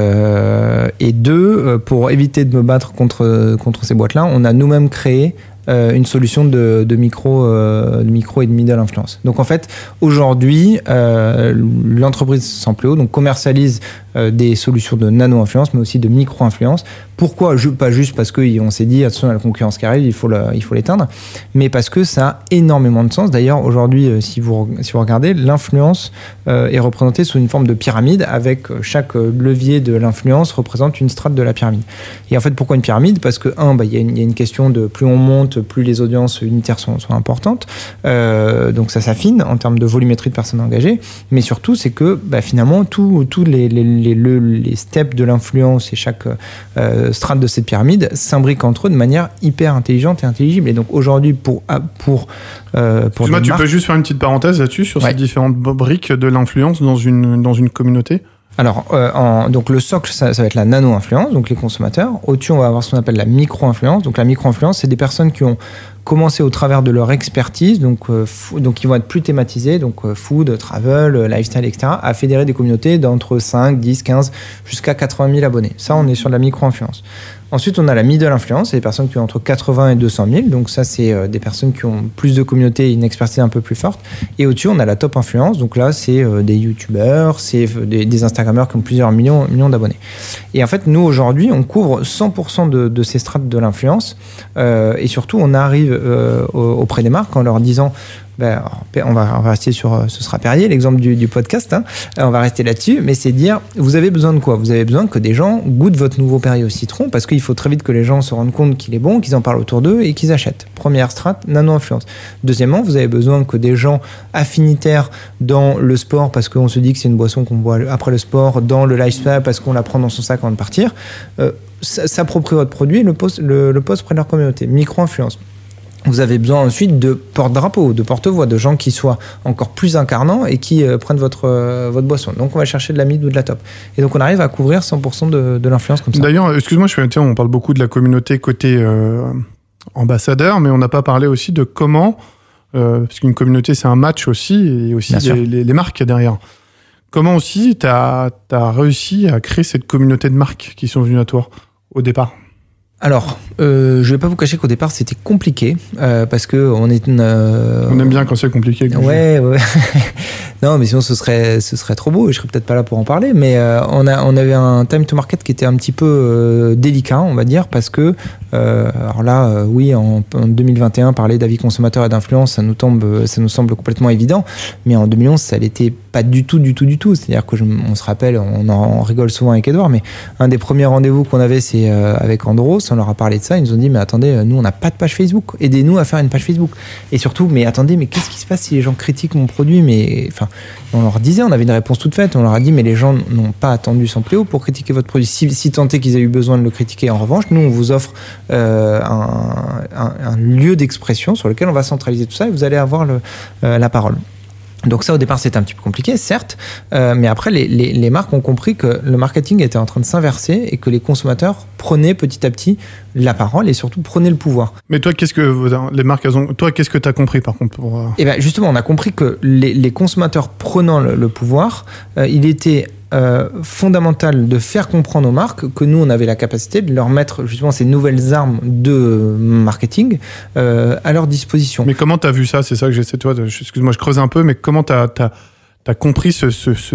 Et deux, pour éviter de me battre contre ces boîtes-là, on a nous-mêmes créé une solution de micro et de middle influence. Donc en fait, aujourd'hui, l'entreprise Simpléo donc commercialise des solutions de nano-influence, mais aussi de micro-influence. Pourquoi? Pas juste parce qu'on s'est dit, attention à la concurrence qui arrive, il faut l'éteindre, mais parce que ça a énormément de sens. D'ailleurs, aujourd'hui, si vous regardez, l'influence est représentée sous une forme de pyramide, avec chaque levier de l'influence représente une strate de la pyramide. Et en fait, pourquoi une pyramide? Parce que, il y a une question de plus on monte, plus les audiences unitaires sont importantes. Donc ça s'affine en termes de volumétrie de personnes engagées, mais surtout, c'est que finalement, tous les steps de l'influence et chaque strate de cette pyramide s'imbriquent entre eux de manière hyper intelligente et intelligible. Et donc aujourd'hui, pour excuse-moi, tu peux juste faire une petite parenthèse là-dessus sur ces différentes briques de l'influence dans une communauté? Alors, donc le socle, ça va être la nano-influence, donc les consommateurs. Au-dessus, on va avoir ce qu'on appelle la micro-influence. Donc la micro-influence, c'est des personnes qui ont commencé au travers de leur expertise, donc ils vont être plus thématisés, donc food, travel, lifestyle, etc., à fédérer des communautés d'entre 5, 10, 15, jusqu'à 80 000 abonnés. Ça, on est sur de la micro-influence. Ensuite, on a la middle influence, c'est des personnes qui ont entre 80 et 200 000. Donc ça, c'est des personnes qui ont plus de communauté et une expertise un peu plus forte. Et au-dessus, on a la top influence. Donc là, c'est des youtubeurs, c'est des instagrammeurs qui ont plusieurs millions d'abonnés. Et en fait, nous, aujourd'hui, on couvre 100% de ces strates de l'influence. Et surtout, on arrive auprès des marques en leur disant... on va rester sur ce sera Perrier, l'exemple du podcast, hein. On va rester là-dessus, mais c'est dire, vous avez besoin de quoi? Vous avez besoin que des gens goûtent votre nouveau Perrier au citron, parce qu'il faut très vite que les gens se rendent compte qu'il est bon, qu'ils en parlent autour d'eux et qu'ils achètent. Première strate, nano-influence. Deuxièmement, vous avez besoin que des gens affinitaires dans le sport, parce qu'on se dit que c'est une boisson qu'on boit après le sport, dans le lifestyle, parce qu'on la prend dans son sac avant de partir, s'approprient votre produit et le poste près de leur communauté. Micro-influence. Vous avez besoin ensuite de porte-drapeau, de porte-voix, de gens qui soient encore plus incarnants et qui prennent votre boisson. Donc, on va chercher de la mid ou de la top. Et donc, on arrive à couvrir 100% de l'influence comme ça. D'ailleurs, excuse-moi, on parle beaucoup de la communauté côté ambassadeur, mais on n'a pas parlé aussi de comment, parce qu'une communauté, c'est un match aussi, et aussi les marques derrière. Comment aussi tu as réussi à créer cette communauté de marques qui sont venues à toi au départ? Alors, je vais pas vous cacher qu'au départ c'était compliqué parce que on aime bien quand c'est compliqué. Ouais. Non, mais sinon ce serait trop beau et je serais peut-être pas là pour en parler. Mais on avait un time to market qui était un petit peu délicat, on va dire, parce que alors là, oui, en 2021, parler d'avis consommateur et d'influence, ça nous semble complètement évident. Mais en 2011, ça l'était pas du tout. C'est-à-dire que on se rappelle, on en rigole souvent avec Edouard, mais un des premiers rendez-vous qu'on avait, c'est avec Andros. On leur a parlé de ça, ils nous ont dit mais attendez, nous on n'a pas de page Facebook, aidez-nous à faire une page Facebook. Et surtout, mais attendez, mais qu'est-ce qui se passe si les gens critiquent mon produit? Mais enfin, on leur disait, on avait une réponse toute faite, on leur a dit mais les gens n'ont pas attendu Simpléo pour critiquer votre produit. Si tant est qu'ils aient eu besoin de le critiquer, en revanche, nous on vous offre un lieu d'expression sur lequel on va centraliser tout ça et vous allez avoir la parole. Donc ça, au départ, c'était un petit peu compliqué, certes, mais après, les marques ont compris que le marketing était en train de s'inverser et que les consommateurs prenaient petit à petit la parole et surtout prenaient le pouvoir. Mais toi, qu'est-ce que tu as compris, par contre Eh ben, justement, on a compris que les consommateurs prenant le pouvoir, il était fondamental de faire comprendre aux marques que nous on avait la capacité de leur mettre justement ces nouvelles armes de marketing à leur disposition. Mais comment t'as vu ça? C'est ça que j'essaie, excuse-moi, je creuse un peu, mais comment t'as compris ce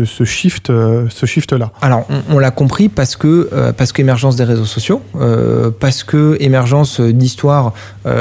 shift-là. Alors, on l'a compris parce que émergence des réseaux sociaux, parce que émergence d'histoires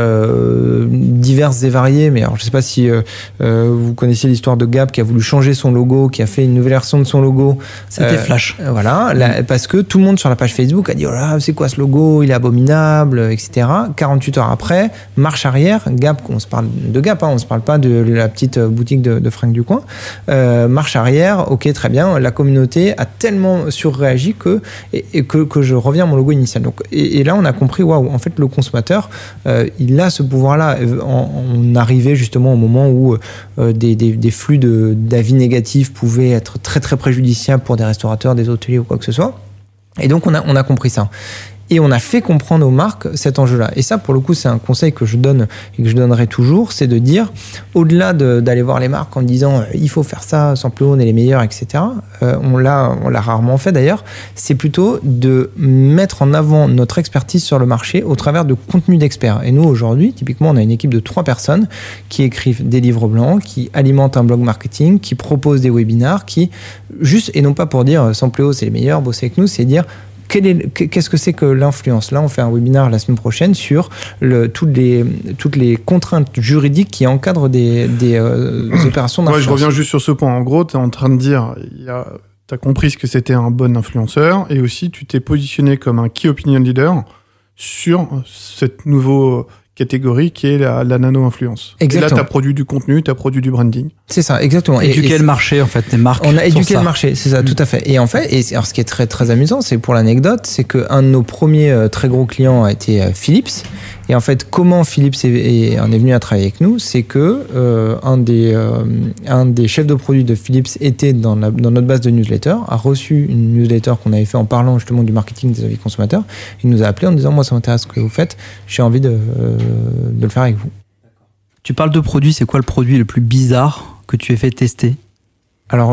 diverses et variées. Mais alors, je ne sais pas si vous connaissez l'histoire de Gap qui a voulu changer son logo, qui a fait une nouvelle version de son logo. C'était Flash. Voilà, parce que tout le monde sur la page Facebook a dit oh là, c'est quoi ce logo, il est abominable, etc. 48 heures après, marche arrière, Gap, on se parle de Gap, on ne se parle pas de la petite boutique de fringues du coin. Marche arrière, ok, très bien, la communauté a tellement surréagi que je reviens à mon logo initial. Donc, et là, on a compris, waouh, en fait, le consommateur, il a ce pouvoir-là. On arrivait justement au moment où des flux d'avis négatifs pouvaient être très, très préjudiciables pour des restaurateurs, des hôteliers ou quoi que ce soit. Et donc, on a compris ça. Et on a fait comprendre aux marques cet enjeu-là. Et ça, pour le coup, c'est un conseil que je donne et que je donnerai toujours, c'est de dire, au-delà d'aller voir les marques en disant il faut faire ça, Sampléo, on est les meilleurs, etc. On l'a rarement fait d'ailleurs. C'est plutôt de mettre en avant notre expertise sur le marché au travers de contenus d'experts. Et nous, aujourd'hui, typiquement, on a une équipe de 3 personnes qui écrivent des livres blancs, qui alimentent un blog marketing, qui proposent des webinars, qui juste, et non pas pour dire Sampléo, c'est les meilleurs, bossez avec nous, c'est dire qu'est-ce que c'est que l'influence ? Là, on fait un webinaire la semaine prochaine sur toutes les contraintes juridiques qui encadrent des opérations d'influence. Ouais, je reviens juste sur ce point. En gros, tu es en train de dire, tu as compris ce que c'était un bon influenceur et aussi tu t'es positionné comme un key opinion leader sur cette nouvelle catégorie qui est la nano-influence. Exactement. Et là, tu as produit du contenu, tu as produit du branding. C'est ça, exactement. Éduquer le marché, en fait, les marques. On a éduqué le marché, c'est ça, tout à fait. Et en fait, alors ce qui est très, très amusant, c'est pour l'anecdote, c'est qu'un de nos premiers très gros clients a été Philips. Et en fait, comment Philips en est venu à travailler avec nous, c'est que un des chefs de produit de Philips était dans notre base de newsletter, a reçu une newsletter qu'on avait fait en parlant justement du marketing des avis consommateurs. Il nous a appelé en disant moi ça m'intéresse ce que vous faites, j'ai envie de le faire avec vous. Tu parles de produits, c'est quoi le produit le plus bizarre que tu aies fait tester ? Alors,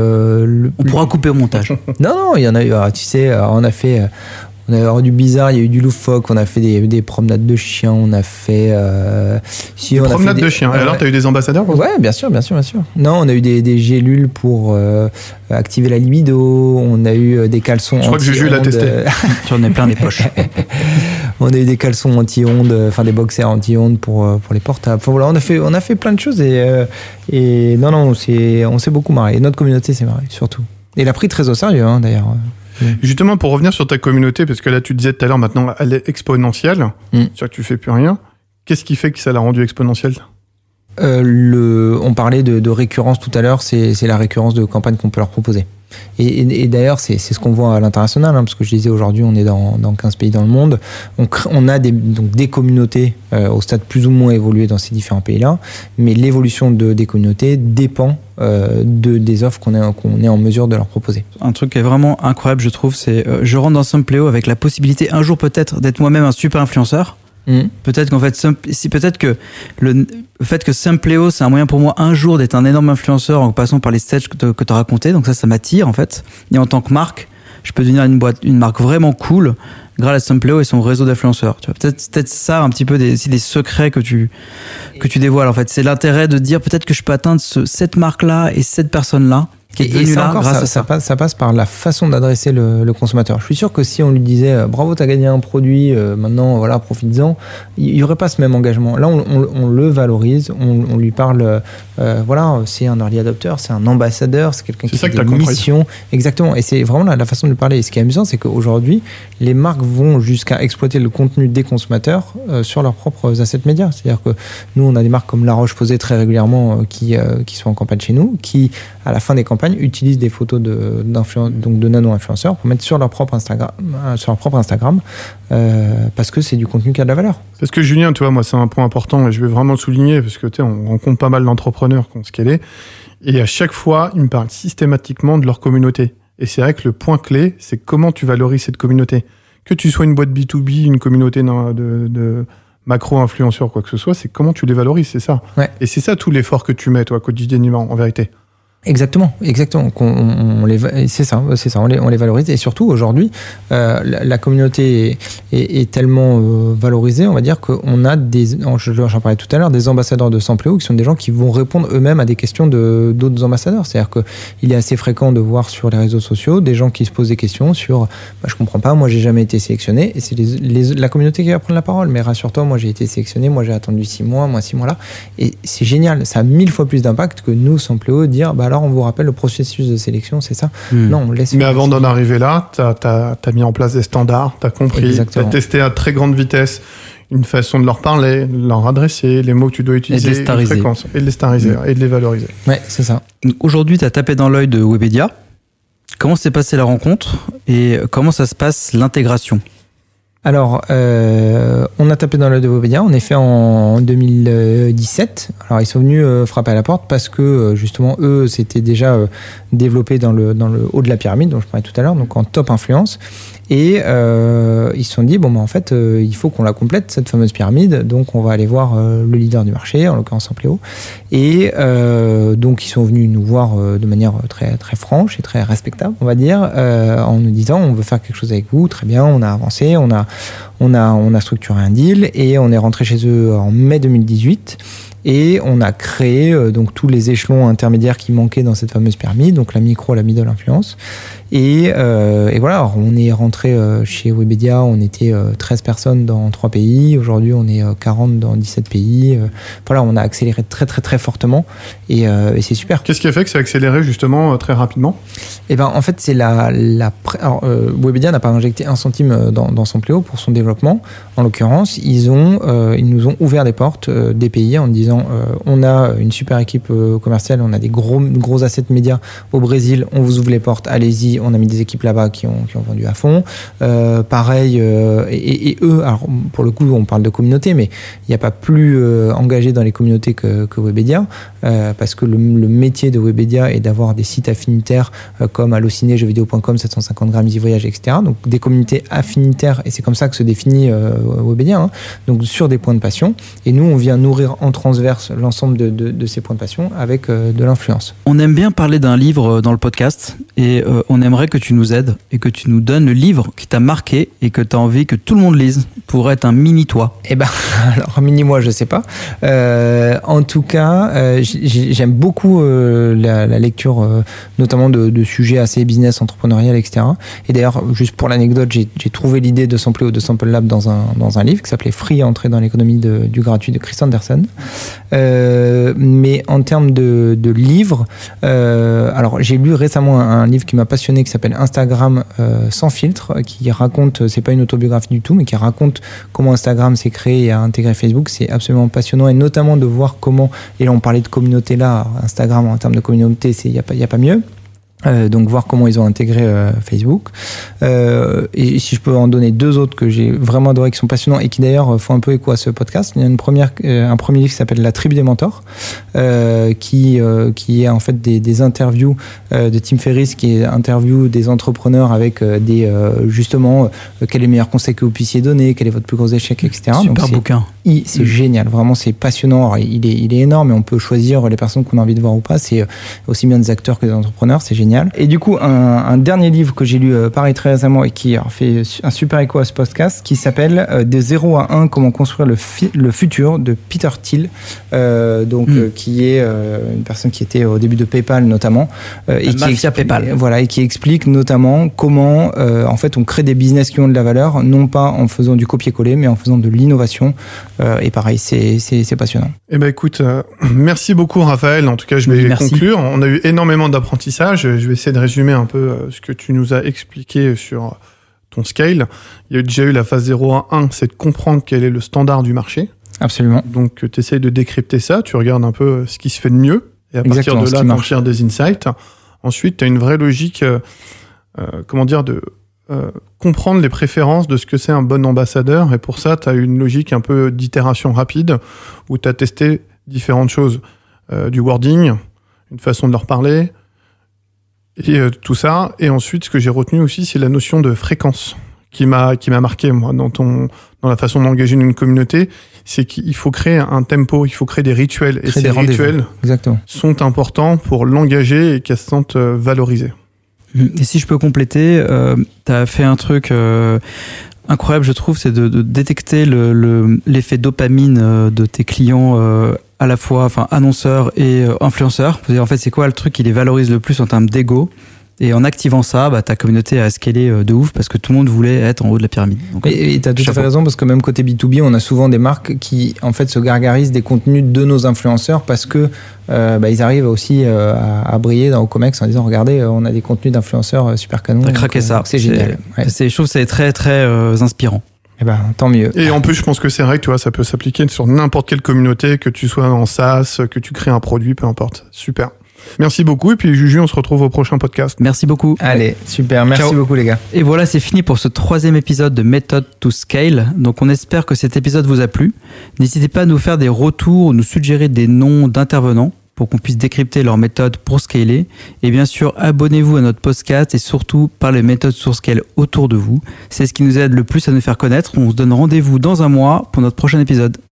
on pourra couper au montage. Non, il y en a eu. Tu sais, on a eu du bizarre, il y a eu du loufoque, on a fait des promenades de chiens, on a fait... des promenades de chiens. Et alors, tu as eu des ambassadeurs ? Ouais, bien sûr. Non, on a eu des gélules pour activer la libido, on a eu des caleçons anti-ondes. Je crois que Juju l'a testé. Tu en as plein les poches. On a eu des caleçons anti-ondes, enfin des boxers anti-ondes pour les portables. Enfin voilà, on a fait plein de choses et non, on s'est beaucoup marré. Et notre communauté s'est marrée, surtout. Et l'a pris très au sérieux, d'ailleurs. Justement, pour revenir sur ta communauté, parce que là, tu disais tout à l'heure, maintenant, elle est exponentielle. C'est-à-dire que tu fais plus rien. Qu'est-ce qui fait que ça l'a rendue exponentielle ? On parlait de récurrence tout à l'heure, c'est la récurrence de campagne qu'on peut leur proposer. Et d'ailleurs, c'est ce qu'on voit à l'international, parce que je disais aujourd'hui, on est dans 15 pays dans le monde. On a des communautés au stade plus ou moins évolué dans ces différents pays-là, mais l'évolution des communautés dépend des offres qu'on est en mesure de leur proposer. Un truc qui est vraiment incroyable, je trouve, c'est je rentre dans Sampléo avec la possibilité un jour peut-être d'être moi-même un super influenceur. Peut-être qu'en fait, peut-être que le fait que Sampléo, c'est un moyen pour moi un jour d'être un énorme influenceur en passant par les stages que tu as racontés. Donc ça m'attire en fait. Et en tant que marque, je peux devenir une marque vraiment cool grâce à Sampléo et son réseau d'influenceurs. Tu vois, peut-être ça un petit peu des secrets que tu dévoiles en fait. C'est l'intérêt de dire peut-être que je peux atteindre cette marque-là et cette personne-là. Et ça, encore, ça passe par la façon d'adresser le consommateur. Je suis sûr que si on lui disait bravo, t'as gagné un produit, maintenant voilà, profites-en, il n'y aurait pas ce même engagement. Là, on le valorise, on lui parle, voilà, c'est un early adopter, c'est un ambassadeur, c'est quelqu'un qui a des missions. Exactement. Et c'est vraiment la façon de lui parler. Et ce qui est amusant, c'est qu'aujourd'hui, les marques vont jusqu'à exploiter le contenu des consommateurs sur leurs propres assets médias. C'est-à-dire que nous, on a des marques comme La Roche-Posay très régulièrement qui sont en campagne chez nous, qui, à la fin des campagnes, utilisent des photos de nano-influenceurs pour mettre sur leur propre Instagram, parce que c'est du contenu qui a de la valeur. Parce que Julien, tu vois, moi c'est un point important et je vais vraiment le souligner parce que tu sais, on rencontre pas mal d'entrepreneurs qui ont ce qu'elle est et à chaque fois ils me parlent systématiquement de leur communauté. Et c'est vrai que le point clé, c'est comment tu valorises cette communauté. Que tu sois une boîte B2B, une communauté de macro-influenceurs, quoi que ce soit, c'est comment tu les valorises, c'est ça. Ouais. Et c'est ça tout l'effort que tu mets, toi, quotidiennement, en vérité. Exactement. C'est ça, on les valorise. Et surtout, aujourd'hui, la communauté est tellement valorisée, on va dire qu'on a j'en parlais tout à l'heure, des ambassadeurs de Sampléo qui sont des gens qui vont répondre eux-mêmes à des questions d'autres ambassadeurs. C'est-à-dire qu'il est assez fréquent de voir sur les réseaux sociaux des gens qui se posent des questions sur je comprends pas, moi j'ai jamais été sélectionné. Et c'est la communauté qui va prendre la parole. Mais rassure-toi, moi j'ai été sélectionné, moi j'ai attendu 6 mois, moi 6 mois là. Et c'est génial, ça a 1000 fois plus d'impact que nous, Sampléo, dire alors on vous rappelle le processus de sélection, c'est ça. Non, on laisse. Mais avant d'en arriver là, t'as mis en place des standards, t'as compris, t'as testé à très grande vitesse une façon de leur parler, de leur adresser, les mots que tu dois utiliser, une fréquence, et de les stariser, et de les valoriser. Ouais, c'est ça. Aujourd'hui, t'as tapé dans l'œil de Webedia. Comment s'est passée la rencontre et comment ça se passe l'intégration ? Alors, on a tapé dans l'œil de Webedia, en effet, en 2017. Alors, ils sont venus frapper à la porte parce que, justement, eux, s'étaient déjà développés dans le haut de la pyramide, dont je parlais tout à l'heure, donc en top influence. Et ils se sont dit, en fait, il faut qu'on la complète, cette fameuse pyramide. Donc, on va aller voir le leader du marché, en l'occurrence Sampléo. Et donc, ils sont venus nous voir de manière très, très franche et très respectable, on va dire, en nous disant, on veut faire quelque chose avec vous. Très bien, on a avancé, on a structuré un deal et on est rentré chez eux en mai 2018. Et on a créé donc tous les échelons intermédiaires qui manquaient dans cette fameuse pyramide, donc la micro, la middle influence. Et voilà, alors on est rentré chez Webedia, on était 13 personnes dans 3 pays. Aujourd'hui, on est 40 dans 17 pays. Voilà, on a accéléré très très très fortement et c'est super. Qu'est-ce qui a fait que ça a accéléré justement très rapidement ? Eh ben, en fait, c'est Webedia n'a pas injecté 1 centime dans Sampléo pour son développement. En l'occurrence, ils nous ont ouvert des portes des pays en disant on a une super équipe commerciale, on a des gros assets médias au Brésil, on vous ouvre les portes, allez-y. On a mis des équipes là-bas qui ont vendu à fond. Pareil, et eux, alors pour le coup, on parle de communauté, mais il n'y a pas plus engagé dans les communautés que Webedia, parce que le métier de Webedia est d'avoir des sites affinitaires comme Allociné, jeuxvideo.com, 750 grammes, Easy Voyage, etc. Donc des communautés affinitaires, et c'est comme ça que se définit Webedia, hein. Donc sur des points de passion. Et nous, on vient nourrir en transverse l'ensemble de ces points de passion avec de l'influence. On aime bien parler d'un livre dans le podcast et on aimerait que tu nous aides et que tu nous donnes le livre qui t'a marqué et que tu as envie que tout le monde lise pour être un mini-toi. Eh ben, alors mini-moi, je sais pas. En tout cas, j'aime beaucoup la lecture, notamment de sujets assez business, entrepreneurial, etc. Et d'ailleurs, juste pour l'anecdote, j'ai trouvé l'idée de Sampléo, de Sample Lab dans un livre qui s'appelait Free, Entrer dans l'économie du gratuit de Chris Anderson. Mais en termes de livres, alors j'ai lu récemment un livre qui m'a passionné qui s'appelle Instagram sans filtre, qui raconte, c'est pas une autobiographie du tout, mais qui raconte comment Instagram s'est créé et a intégré Facebook. C'est absolument passionnant, et notamment de voir comment, et là on parlait de communauté là, Instagram en termes de communauté, il y a pas mieux. Donc voir comment ils ont intégré Facebook. Et si je peux en donner 2 autres que j'ai vraiment adoré, qui sont passionnants et qui d'ailleurs font un peu écho à ce podcast. Il y a un premier livre qui s'appelle La tribu des mentors, qui est en fait des interviews de Tim Ferriss, qui est interview des entrepreneurs avec justement quel est le meilleur conseil que vous puissiez donner, quel est votre plus gros échec, etc. Super bouquin. C'est génial, vraiment c'est passionnant. Alors, il est énorme et on peut choisir les personnes qu'on a envie de voir ou pas. C'est aussi bien des acteurs que des entrepreneurs, c'est génial. Et du coup, un dernier livre que j'ai lu pareil très récemment et qui a fait un super écho à ce podcast, qui s'appelle De 0 à 1, comment construire le futur, de Peter Thiel, qui est une personne qui était au début de PayPal notamment, et qui explique notamment comment en fait on crée des business qui ont de la valeur, non pas en faisant du copier-coller, mais en faisant de l'innovation. Et pareil, c'est passionnant. Eh ben écoute, merci beaucoup Raphaël. En tout cas, je vais conclure. On a eu énormément d'apprentissage. Je vais essayer de résumer un peu ce que tu nous as expliqué sur ton scale. Il y a déjà eu la phase 0 à 1, c'est de comprendre quel est le standard du marché. Absolument. Donc tu essayes de décrypter ça, tu regardes un peu ce qui se fait de mieux, et à partir de là, tu en tires des insights. Ensuite, tu as une vraie logique de comprendre les préférences de ce que c'est un bon ambassadeur, et pour ça, tu as une logique un peu d'itération rapide, où tu as testé différentes choses. Du wording, une façon de leur parler, et tout ça. Et ensuite, ce que j'ai retenu aussi, c'est la notion de fréquence qui m'a marqué, moi, dans dans la façon d'engager une communauté, c'est qu'il faut créer un tempo, il faut créer des rituels. Et ces rituels sont importants pour l'engager et qu'elle se sente valorisée. Et si je peux compléter, tu as fait un truc incroyable, je trouve, c'est de détecter l'effet dopamine de tes clients à la fois annonceurs et influenceurs. En fait, c'est quoi le truc qui les valorise le plus en termes d'ego? Et en activant ça, ta communauté a scalé de ouf parce que tout le monde voulait être en haut de la pyramide. Donc, et tu as tout à fait raison parce que même côté B2B, on a souvent des marques qui en fait se gargarisent des contenus de nos influenceurs parce que ils arrivent aussi à briller dans Ocomex en disant regardez, on a des contenus d'influenceurs super canons. T'as craqué ça. C'est génial. Ouais. Je trouve que c'est très très inspirant. Eh ben, tant mieux. Et en plus, je pense que c'est vrai que tu vois, ça peut s'appliquer sur n'importe quelle communauté, que tu sois en SaaS, que tu crées un produit, peu importe. Super. Merci beaucoup. Et puis, Juju, on se retrouve au prochain podcast. Merci beaucoup. Allez, super. Merci beaucoup, les gars. Et voilà, c'est fini pour ce 3e épisode de Method to Scale. Donc, on espère que cet épisode vous a plu. N'hésitez pas à nous faire des retours, nous suggérer des noms d'intervenants pour qu'on puisse décrypter leur méthode pour scaler. Et bien sûr, abonnez-vous à notre podcast et surtout parlez méthodes sur scale autour de vous. C'est ce qui nous aide le plus à nous faire connaître. On se donne rendez-vous dans un mois pour notre prochain épisode.